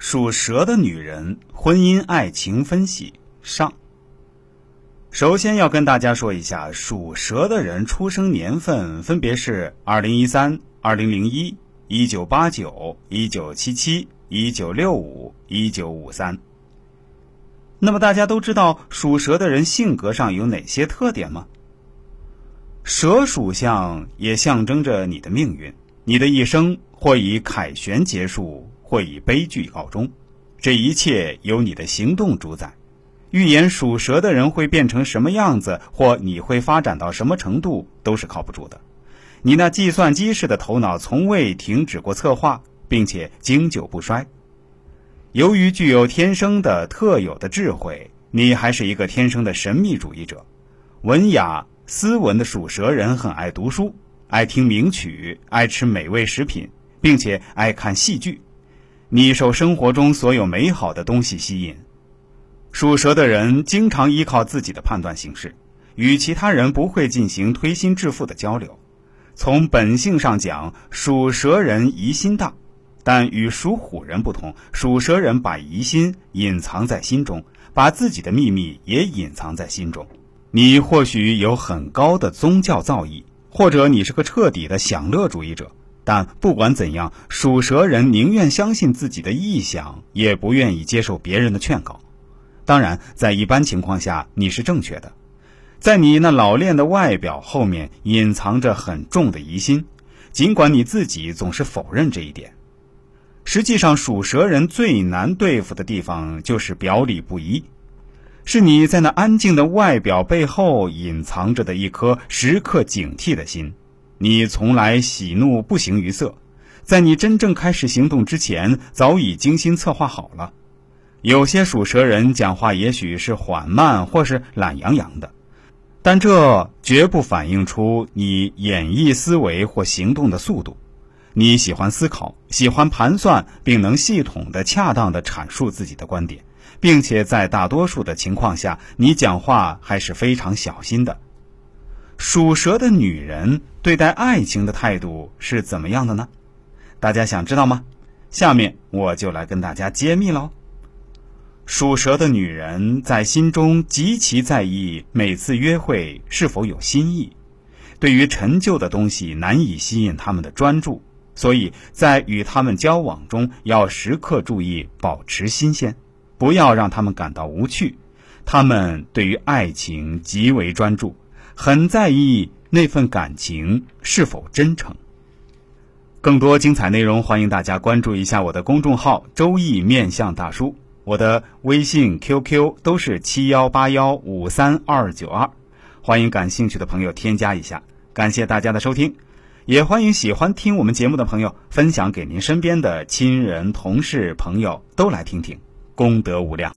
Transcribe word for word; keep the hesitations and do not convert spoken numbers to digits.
属蛇的女人婚姻爱情分析上。首先要跟大家说一下，属蛇的人出生年份分别是二零一三、二零零一、一九八九、一九七七、一九六五、一九五三。那么大家都知道属蛇的人性格上有哪些特点吗？蛇属相也象征着你的命运，你的一生或以凯旋结束，或以悲剧告终，这一切由你的行动主宰。预言属蛇的人会变成什么样子，或你会发展到什么程度，都是靠不住的。你那计算机式的头脑从未停止过策划，并且经久不衰。由于具有天生的特有的智慧，你还是一个天生的神秘主义者。文雅斯文的属蛇人很爱读书，爱听名曲，爱吃美味食品，并且爱看戏剧。你受生活中所有美好的东西吸引。属蛇的人经常依靠自己的判断行事，与其他人不会进行推心置腹的交流。从本性上讲，属蛇人疑心大，但与属虎人不同，属蛇人把疑心隐藏在心中，把自己的秘密也隐藏在心中。你或许有很高的宗教造诣，或者你是个彻底的享乐主义者，但不管怎样，属蛇人宁愿相信自己的臆想，也不愿意接受别人的劝告。当然，在一般情况下，你是正确的。在你那老练的外表后面隐藏着很重的疑心，尽管你自己总是否认这一点。实际上，属蛇人最难对付的地方就是表里不一，是你在那安静的外表背后隐藏着的一颗时刻警惕的心。你从来喜怒不形于色，在你真正开始行动之前，早已精心策划好了。有些属蛇人讲话也许是缓慢或是懒洋洋的，但这绝不反映出你演绎思维或行动的速度。你喜欢思考，喜欢盘算，并能系统的、恰当的阐述自己的观点，并且在大多数的情况下，你讲话还是非常小心的。属蛇的女人对待爱情的态度是怎么样的呢？大家想知道吗？下面我就来跟大家揭秘喽。属蛇的女人在心中极其在意每次约会是否有新意，对于陈旧的东西难以吸引他们的专注，所以在与他们交往中要时刻注意保持新鲜，不要让他们感到无趣。他们对于爱情极为专注，很在意那份感情是否真诚。更多精彩内容，欢迎大家关注一下我的公众号周易面相大叔，我的微信 Q Q 都是七一八一五三二九二，欢迎感兴趣的朋友添加一下。感谢大家的收听，也欢迎喜欢听我们节目的朋友分享给您身边的亲人、同事、朋友，都来听听，功德无量。